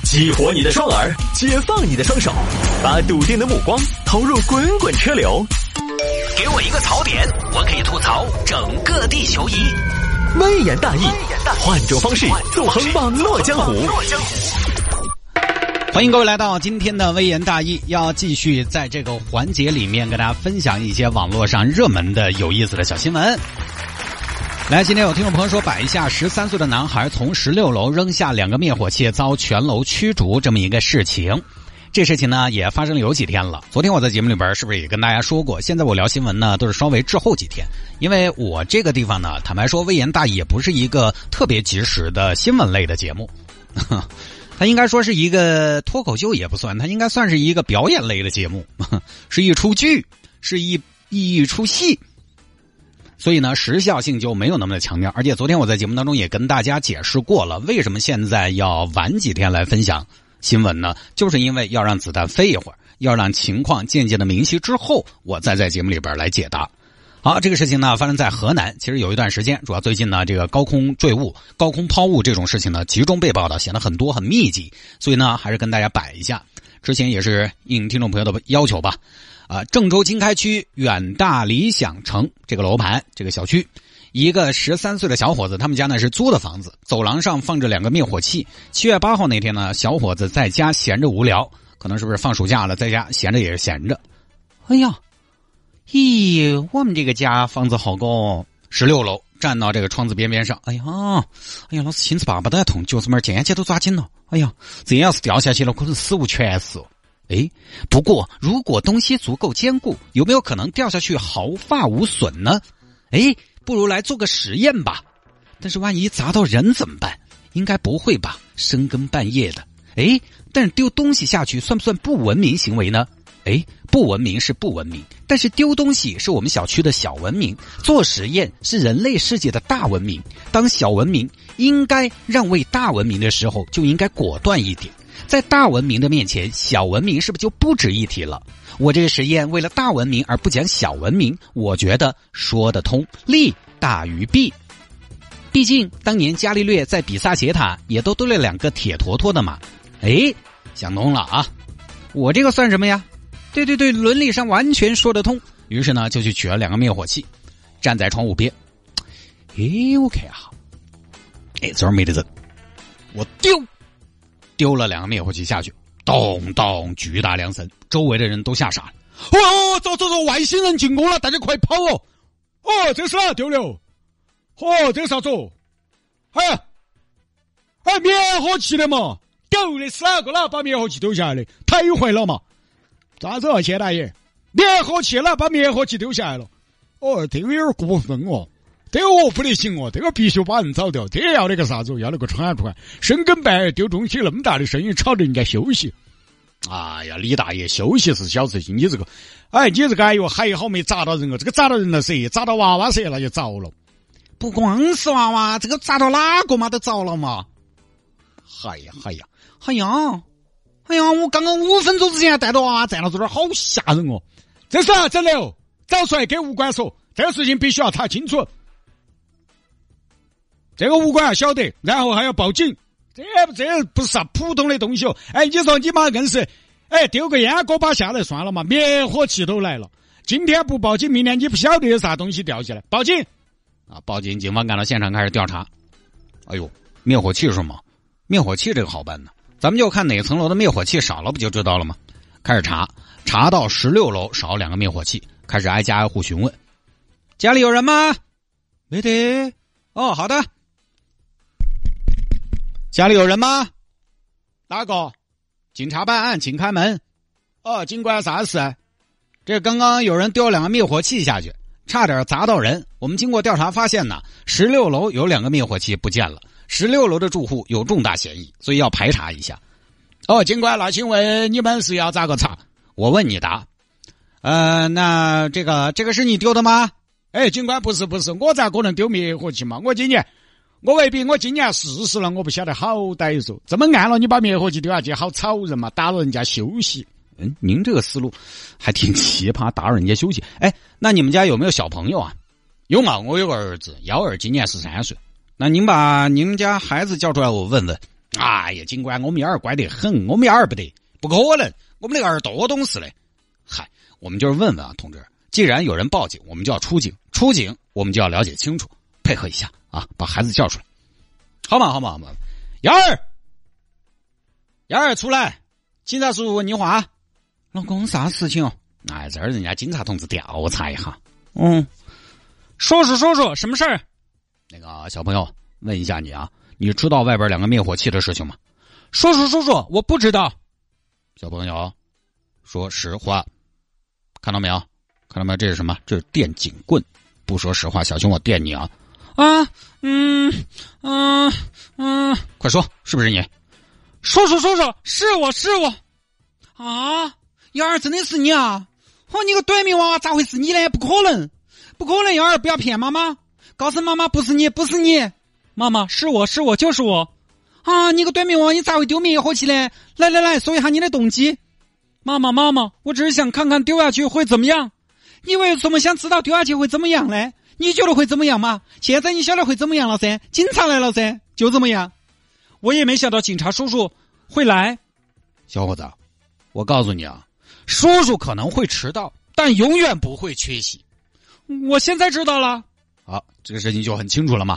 激活你的双耳，解放你的双手，把笃定的目光投入滚滚车流。 给我一个槽点，我可以吐槽整个地球仪。 微言大义，换种方式纵横网络江湖。 欢迎各位来到今天的微言大义，要继续在这个环节里面跟大家分享一些网络上热门的有意思的小新闻。来，今天有听众朋友说，摆一下13岁的男孩从16楼扔下2个灭火器遭全楼驱逐这么一个事情。这事情呢也发生了有几天了，昨天我在节目里边是不是也跟大家说过，现在我聊新闻呢都是稍微滞后几天，因为我这个地方呢坦白说微言大义也不是一个特别及时的新闻类的节目，它应该说是一个脱口秀也不算，它应该算是一个表演类的节目，是一出剧，是一出戏，所以呢时效性就没有那么的强调。而且昨天我在节目当中也跟大家解释过了，为什么现在要晚几天来分享新闻呢？就是因为要让子弹飞一会儿，要让情况渐渐的明晰之后，我再在节目里边来解答。好，这个事情呢发生在河南，其实有一段时间，主要最近呢这个高空坠物、高空抛物这种事情呢集中被报道，显得很多很密集，所以呢还是跟大家摆一下。之前也是应听众朋友的要求吧，郑州经开区远大理想城这个楼盘这个小区，一个13岁的小伙子，他们家呢是租的房子，走廊上放着2个灭火器。7月8号那天呢，小伙子在家闲着无聊，可能是不是放暑假了，在家闲着也是闲着。哎呀，咦，我们这个家房子好高，16楼，站到这个窗子边上。哎呀，老子亲自爸爸都要痛，脚趾门渐渐都抓紧了。哎呀，这要是掉下去了，可能死无全尸。不过如果东西足够坚固，有没有可能掉下去毫发无损呢？不如来做个实验吧。但是万一砸到人怎么办？应该不会吧，深更半夜的。但是丢东西下去算不算不文明行为呢？不文明是不文明，但是丢东西是我们小区的小文明，做实验是人类世界的大文明。当小文明应该让位大文明的时候，就应该果断一点。在大文明的面前，小文明是不是就不值一提了？我这个实验为了大文明而不讲小文明，我觉得说得通，利大于弊。毕竟当年伽利略在比萨斜塔也都堆了2个铁坨坨的嘛。想通了啊，我这个算什么呀？对，伦理上完全说得通。于是呢就去取了2个灭火器，站在窗户边。我看哈，这儿没得人，我丢了2个灭火器下去，咚咚巨大2声，周围的人都吓傻了。走，外星人进攻了，大家快跑哦！这是哪丢了？这是啥子？灭火器的嘛，丢的是哪个啦？把灭火器丢下来的，太坏了嘛！咋子啊，谢大爷？灭火器了，把灭火器丢下来了。这个有点过分哦，这个我不得行哦，这个必须把人找掉。这要那个啥子？要那个铲，深更半夜丢东西那么大的声音，吵得人家休息。哎呀，李大爷休息是小事情，你这个，你这个还好没砸到人哦，这个砸到人了噻，砸到娃娃噻，那就着了。不光是娃娃，这个砸到哪个嘛都着了嘛。我刚刚5分钟之前带着娃娃站到这儿，好吓人哦。这是真的哦，找出来给物管说，这个事情必须要查清楚。这个物管要晓得，然后还要报警。这不是啥普通的东西哦。你说你妈硬是丢个烟锅巴下来算了嘛，灭火器都来了，今天不报警，明天你不晓得有啥东西掉下来，报警啊！报警，警方赶到现场开始调查。灭火器是吗？灭火器这个好办呢，咱们就看哪层楼的灭火器少了不就知道了吗？开始查到16楼少2个灭火器，开始挨家挨户询问，家里有人吗？没得。好的。家里有人吗？哪个？警察办案，请开门。警官，啥事？这刚刚有人丢了2个灭火器下去，差点砸到人。我们经过调查发现呢，16楼有2个灭火器不见了，16楼的住户有重大嫌疑，所以要排查一下。警官，那请问你们是要咋个查？我问你答。那这个是你丢的吗？警官，不是，我咋可能丢灭火器嘛？我今年40了，我不晓得好歹说，这么暗了你把灭火器丢下去，好吵人嘛，打扰人家休息。您这个思路还挺奇葩，打扰人家休息。那你们家有没有小朋友啊？有嘛，我有个儿子，幺儿今年13岁。那您把您家孩子叫出来我问问。 哎呀，尽管我们幺儿乖得很，我们幺儿不得，不可能，我们那个儿多懂事嘞。嗨，我们就是问问啊，同志，既然有人报警，我们就要出警，出警我们就要了解清楚，配合一下啊，把孩子叫出来。好嘛，幺儿出来，警察叔叔问你话。老公啥事情？哎，这儿人家警察同志调查一下。 说说什么事儿？ 那个小朋友，问一下你啊，你知道外边2个灭火器的事情吗？ 说，我不知道。 小朋友，说实话。看到没有？这是什么？这是电警棍。不说实话，小心我电你啊！快说，是不是你？ 说，是我。啊，幺儿真的是你啊！你个短命娃娃咋会是你呢？不可能，幺儿不要骗妈妈，告诉妈妈不是你。妈妈，是我，就是我。啊，你个短命娃娃，你咋会丢灭火器呢？来，说一下你的动机。妈妈，我只是想看看丢下去会怎么样。你为什么想知道丢下去会怎么样呢？你觉得会怎么样吗？现在你晓得会怎么样了噻，警察来了噻，就怎么样。我也没想到警察叔叔会来。 小伙子，我告诉你啊，叔叔可能会迟到，但永远不会缺席。 我现在知道了。 好，这个事情就很清楚了嘛。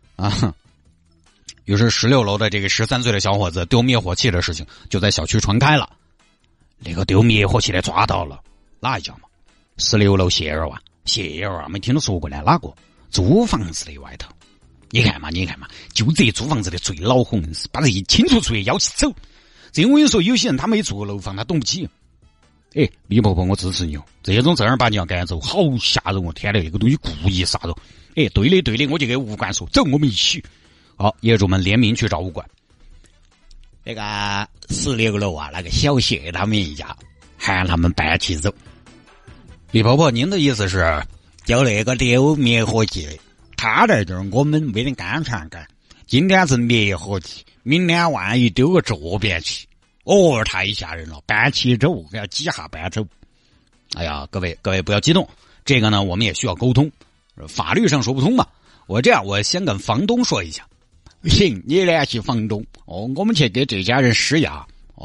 于是16楼的这个13岁的小伙子丢灭火器的事情就在小区传开了。那个丢灭火器的抓到了，哪一家嘛？16楼谢儿啊，没听都说过呢，哪个？租房子的外头。你看嘛，就这租房子的最恼火，是把这一清楚出去要起走。这我跟你说，有些人他没住过楼房，他懂不起。李婆婆，我支持你哦，这种正儿八经要赶走，好吓人哦！天哪，那个东西故意杀人。对的，我就给物管说，走，我们一起。好，业主们联名去找物管。那个16楼啊，那个小谢他们一家喊他们搬起走。李婆婆，您的意思是，就那个丢灭火器的，他在这儿我们没得安全感。今天是灭火器，明天万一丢个坐便器，太吓人了，搬起走，要几下搬走。哎呀，各位不要激动，这个呢我们也需要沟通，法律上说不通嘛。我先跟房东说一下。行，你联系房东我们去给这家人施压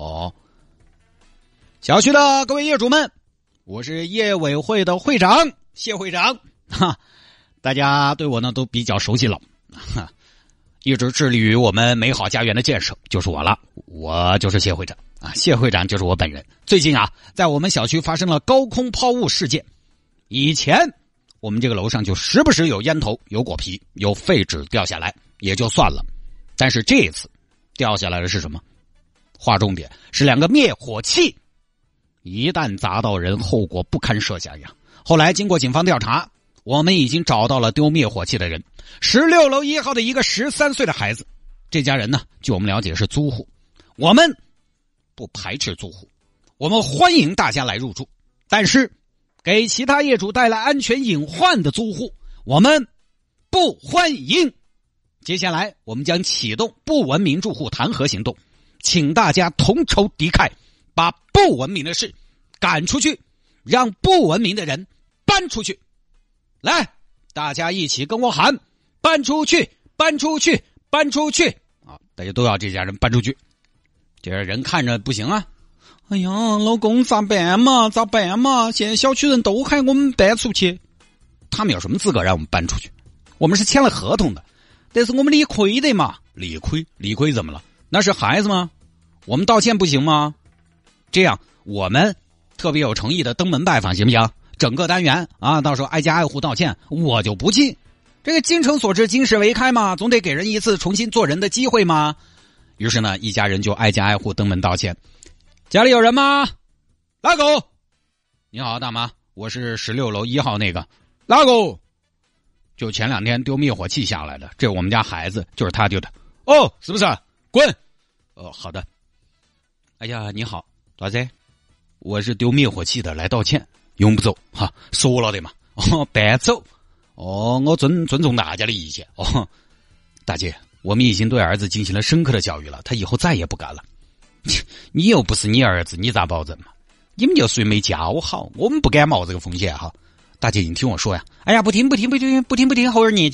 小区的各位业主们，我是业委会的会长谢会长大家对我呢都比较熟悉了一直致力于我们美好家园的建设就是我了，我就是谢会长谢会长就是我本人。最近在我们小区发生了高空抛物事件。以前我们这个楼上就时不时有烟头、有果皮、有废纸掉下来也就算了，但是这一次掉下来的是什么？划重点，是2个灭火器，一旦砸到人，后果不堪设想呀。后来经过警方调查，我们已经找到了丢灭火器的人，16楼1号的一个13岁的孩子。这家人呢，据我们了解是租户，我们不排斥租户，我们欢迎大家来入住，但是给其他业主带来安全隐患的租户，我们不欢迎。接下来我们将启动不文明住户弹劾行动，请大家同仇敌忾，把不文明的事赶出去，让不文明的人搬出去。来，大家一起跟我喊，搬出去，搬出去，搬出去大家都要这家人搬出去。这人看着不行啊， 哎呀，老公咋办嘛？现在小区人都喊我们搬出去。 他们有什么资格让我们搬出去？我们是签了合同的， 但是我们理亏的嘛。 理亏怎么了？那是孩子吗？我们道歉不行吗？这样我们特别有诚意的登门拜访行不行？整个单元到时候挨家挨户道歉，我就不信。这个精诚所至，金石为开嘛，总得给人一次重新做人的机会嘛。于是呢，一家人就挨家挨户登门道歉。家里有人吗？哪个？你好，大妈，我是16楼1号那个。哪个？就前2天丢灭火器下来的，这是我们家孩子，就是他丢的。是不是？滚！好的。哎呀，你好，咋子？我是丢灭火器的，来道歉。用不走说了的嘛。搬走。我尊重大家的意见。大姐，我们已经对儿子进行了深刻的教育了，他以后再也不敢了。你又不是你儿子，你咋保证嘛？你们就属于没教好，我们不敢冒这个风险大姐，你听我说呀。 哎呀，不听，后儿念经。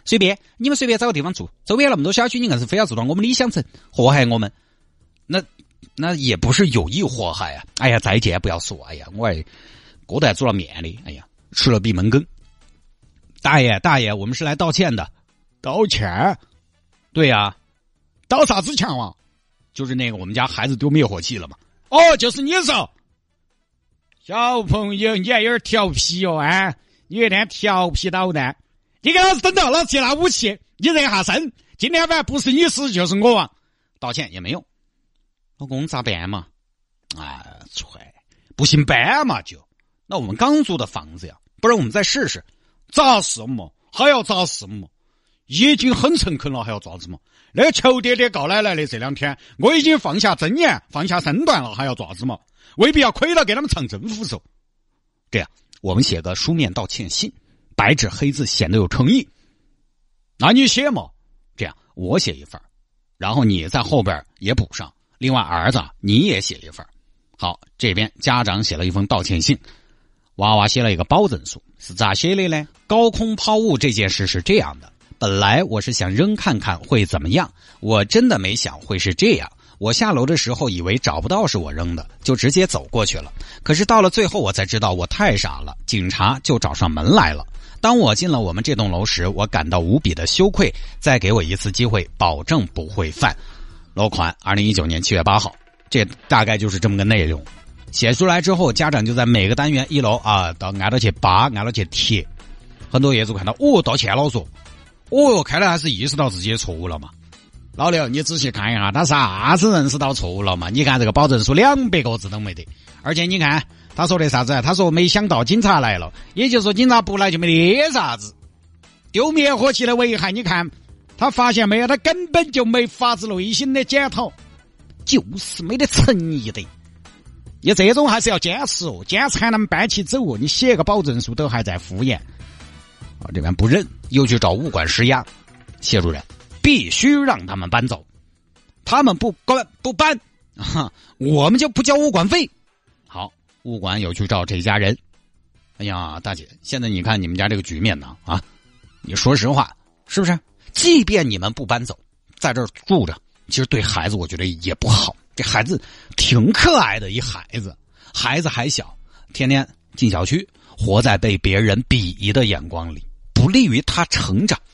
随便你们随便找个地方住，周边那么多小区，你硬是非要住到我们理想城，祸害我们。 那也不是有意祸害啊！哎呀，再见不要说，哎呀，我锅都还煮了面的，哎呀，吃了闭门羹。大爷，我们是来道歉的。 道歉？ 对呀， 道啥子歉啊？ 就是那个我们家孩子丢灭火器了嘛。 哦，就是你说。小朋友，你还有点调皮哦啊！你有点调皮捣蛋。你给老子等到老子去拿武器，你热下身。今天晚上不是你死就是我亡。 道歉也没用。老公咋办嘛？ 哎， 不行搬嘛就。那我们刚租的房子呀，不然我们再试试。 咋事嘛？还要咋事嘛？已经很诚恳了，还要咋子嘛？那个裘爹爹告奶奶的这2天，我已经放下尊严，放下身段了，还要咋子嘛？未必要亏了给他们唱征服手。 这样，我们写个书面道歉信，白纸黑字，显得有诚意。 那你写嘛？ 这样我写一份，然后你在后边也补上。另外儿子你也写一份。好，这边家长写了一封道歉信，娃娃写了一个保证书。是咋写的呢？高空抛物这件事是这样的，本来我是想扔看看会怎么样，我真的没想会是这样。我下楼的时候以为找不到是我扔的，就直接走过去了。可是到了最后我才知道我太傻了，警察就找上门来了。当我进了我们这栋楼时，我感到无比的羞愧，再给我一次机会，保证不会犯。楼款2019年7月8号，这大概就是这么个内容。写出来之后，家长就在每个单元1楼到按到去扒，按到去贴。很多业主看到道歉了，说看来还是意识到自己的错误了嘛。 老刘，你仔细看一下，他啥子认识到错误了嘛？你看这个保证书200个字都没得，而且你看他说的啥子？他说没想到警察来了，也就是说警察不来就没得啥子。丢灭火器的危害，你看他发现没有？他根本就没发自内心的检讨，就是没得诚意的。你这种还是要坚持哦，坚持才能搬起走哦。你写个保证书都还在敷衍。 这边不认，又去找物管施压。谢主任必须让他们搬走，他们不搬，我们就不交物管费。好，物管又去找这家人。哎呀，大姐，现在你看你们家这个局面呢你说实话，是不是？即便你们不搬走，在这儿住着，其实对孩子我觉得也不好。这孩子挺可爱的一孩子，孩子还小，天天进小区，活在被别人鄙夷的眼光里，不利于他成长。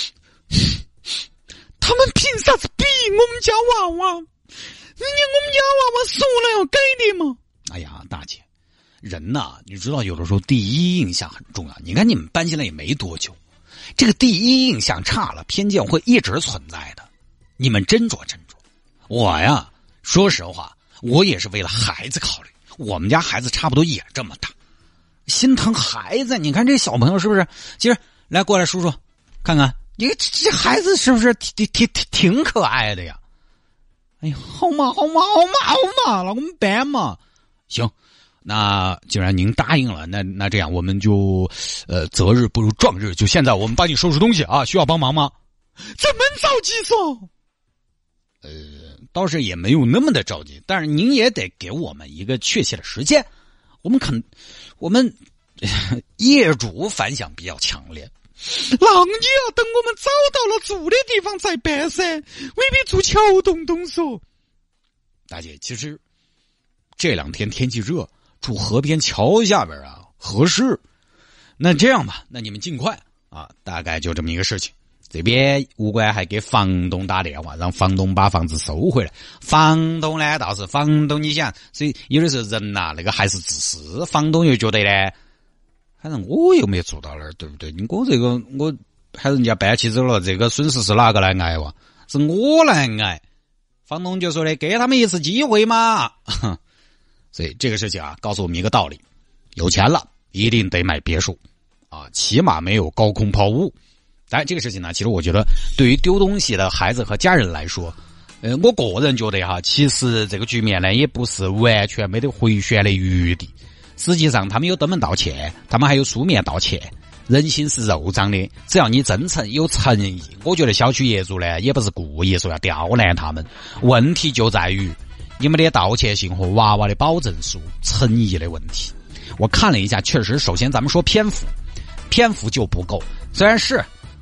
他们凭啥子比我们家娃娃？人家我们家娃娃说了要改的嘛。 哎呀，大姐，人呐，你知道有的时候第一印象很重要。你看你们搬进来也没多久，这个第一印象差了，偏见会一直存在的。你们斟酌斟酌。我呀，说实话，我也是为了孩子考虑。我们家孩子差不多也这么大，心疼孩子。你看这小朋友是不是？其实来过来，叔叔看看。你这孩子是不是挺可爱的呀？ 哎呀，好嘛，那我们搬嘛。 行，那既然您答应了，那这样我们就择日不如撞日，就现在我们帮你收拾东西啊，需要帮忙吗？ 这么着急说？ 倒是也没有那么的着急，但是您也得给我们一个确切的时间。我们业主反响比较强烈。 那你要等我们找到了住的地方再办噻，未必住桥洞洞说。 大姐，其实这2天天气热，住河边桥下边合适。那这样吧，那你们尽快大概就这么一个事情。这边物管还给房东打电话，让房东把房子收回来。房东呢，倒是房东，你想，所以有的时候人那个还是自私。房东又觉得呢，反正我又没住到那儿，对不对？我这个我还人家搬起走了，这个损失是哪个来挨哇？是我来挨。房东就说的，给他们一次机会嘛。所以这个事情告诉我们一个道理：有钱了一定得买别墅起码没有高空抛物。当然，这个事情呢，其实我觉得对于丢东西的孩子和家人来说，我个人觉得其实这个局面呢，也不是完全没得回旋的余地。实际上他们有登门道歉，他们还有书面道歉。人心是肉长的，只要你真诚有诚意，我觉得小区业主呢也不是故意说要刁难他们，问题就在于你们的道歉信和娃娃的保证书诚意的问题。我看了一下，确实首先咱们说篇幅就不够，虽然是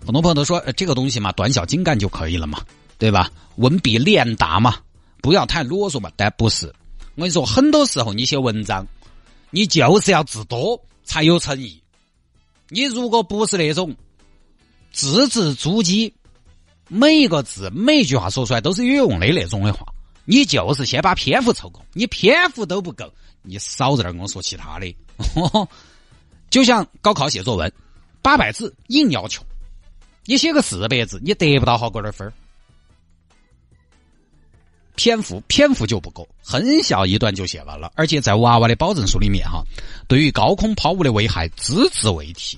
很多朋友都说，这个东西嘛，短小精干就可以了嘛，对吧？文笔练达嘛，不要太啰嗦嘛。但不是，我跟你说，很多时候你写文章，你就是要字多才有诚意。你如果不是那种字字珠玑，每一个字每一句话说出来都是有用的那种的话，你就是先把篇幅凑够，你篇幅都不够，你少在这跟我说其他的。就像高考写作文，800字硬要求，你写个400字，你得不到好高的分。篇幅就不够，很小一段就写完了，而且在娃娃的保证书里面对于高空抛物的危害只字为题。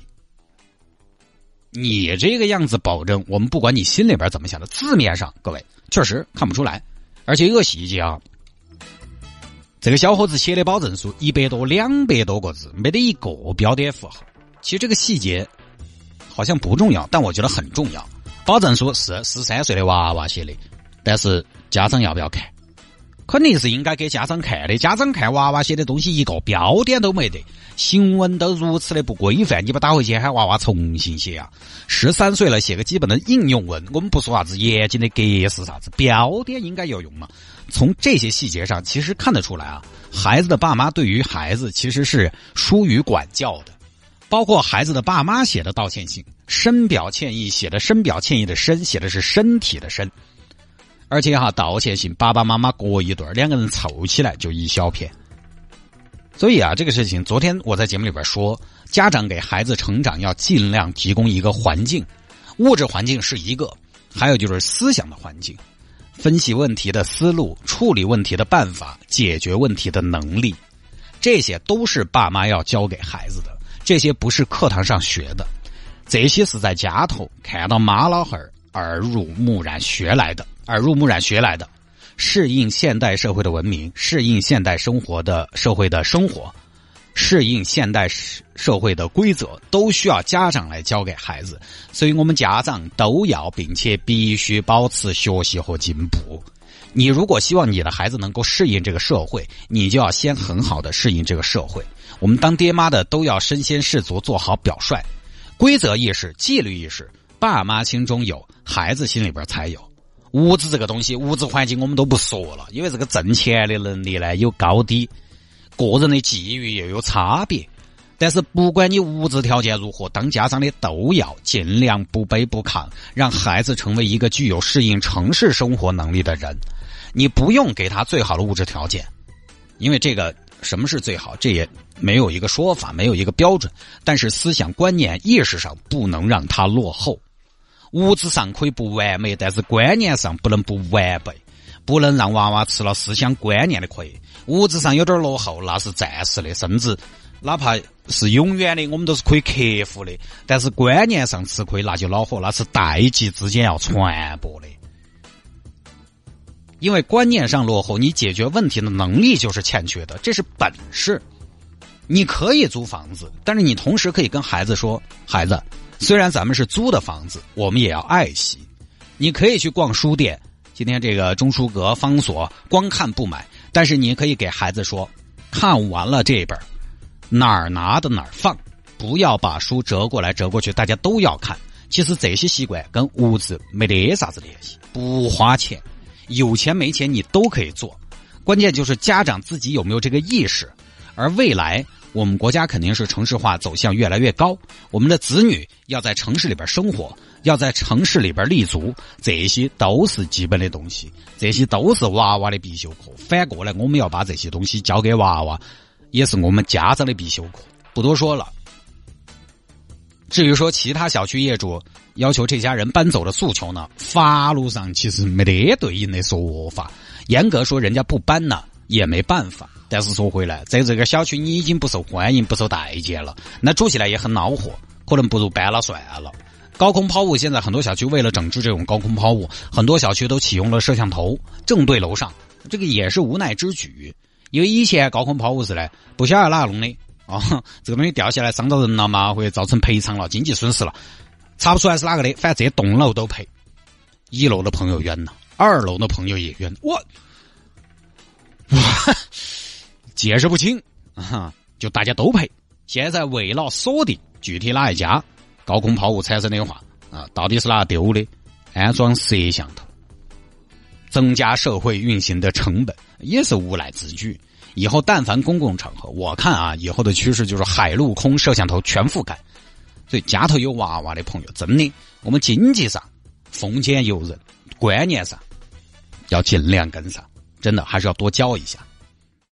你这个样子保证，我们不管你心里边怎么想的，字面上各位确实看不出来。而且有个细节这个小伙子写的保证书100多200多个字，没得一个标点符号。其实这个细节好像不重要，但我觉得很重要。保证书是13岁的娃娃写的，但是家长要不要看？肯定是应该给家长看的。家长看娃娃写的东西一个标点都没得，行文都如此的不规范，你把打回去喊娃娃重新写13岁了，写个基本的应用文，我们不说啥子严谨的格式啥子，标点应该有用嘛。从这些细节上其实看得出来孩子的爸妈对于孩子其实是疏于管教的。包括孩子的爸妈写的道歉信，深表歉意写的深表歉意的深写的是身体的身，而且道歉信爸爸妈妈各一对，两个人凑起来就一小篇。所以这个事情昨天我在节目里边说，家长给孩子成长要尽量提供一个环境，物质环境是一个，还有就是思想的环境，分析问题的思路，处理问题的办法，解决问题的能力，这些都是爸妈要教给孩子的，这些不是课堂上学的，这些是在家头看到妈老汉儿耳濡目染学来的，适应现代社会的文明，适应现代生活的社会的生活，适应现代社会的规则，都需要家长来教给孩子。所以我们家长都要并且必须保持学习和进步。你如果希望你的孩子能够适应这个社会，你就要先很好的适应这个社会。我们当爹妈的都要身先士卒，做好表率。规则意识、纪律意识，爸妈心中有，孩子心里边才有。物质这个东西，物质环境我们都不说了，因为这个挣钱的能力呢有高低，个人的际遇也有差别。但是不管你物质条件如何，当家长的都要尽量不卑不亢，让孩子成为一个具有适应城市生活能力的人。你不用给他最好的物质条件，因为这个什么是最好，这也没有一个说法，没有一个标准，但是思想观念意识上不能让他落后。物质上可以不完美，但是观念上不能不完备，不能让娃娃吃了思想观念的亏。物质上有点落后那是暂时的，甚至哪怕是永远的，我们都是可以克服的，但是观念上吃亏那就恼火，那是代际之间要传播的。因为观念上落后，你解决问题的能力就是欠缺的，这是本事。你可以租房子，但是你同时可以跟孩子说，孩子，虽然咱们是租的房子，我们也要爱惜。你可以去逛书店，今天这个中书阁、方所光看不买，但是你可以给孩子说，看完了这本哪儿拿的哪儿放，不要把书折过来折过去，大家都要看。其实这些习惯跟物质没得啥子联系，不花钱，有钱没钱你都可以做，关键就是家长自己有没有这个意识。而未来我们国家肯定是城市化走向越来越高，我们的子女要在城市里边生活，要在城市里边立足，这些都是基本的东西，这些都是娃娃的必修课。反过来我们要把这些东西交给娃娃，也是我们家长的必修课。不多说了。至于说其他小区业主要求这家人搬走的诉求呢，法律上其实没得对应的说法，严格说人家不搬呢也没办法。但是说回来，在这个小区你已经不受欢迎不受待见了，那住起来也很恼火，可能不如搬了算了。高空抛物，现在很多小区为了整治这种高空抛物，很多小区都启用了摄像头正对楼上，这个也是无奈之举。因为以前高空抛物是呢不晓得哪弄的这个东西掉下来伤到人了嘛，会造成赔偿了，经济损失了，查不出来是哪个的，反正这栋楼都赔。1楼的朋友冤了，2楼的朋友也冤，哇解释不清就大家都赔。现在为了锁定具体哪一家高空抛物产生的话， 啊，到底是哪丢的？安装摄像头，增加社会运行的成本，也是无奈之举。以后但凡公共场合，我看啊，以后的趋势就是海陆空摄像头全覆盖。所以家头有娃娃的朋友，真的，我们经济上丰俭由人，观念上要尽量跟上，真的还是要多教一下。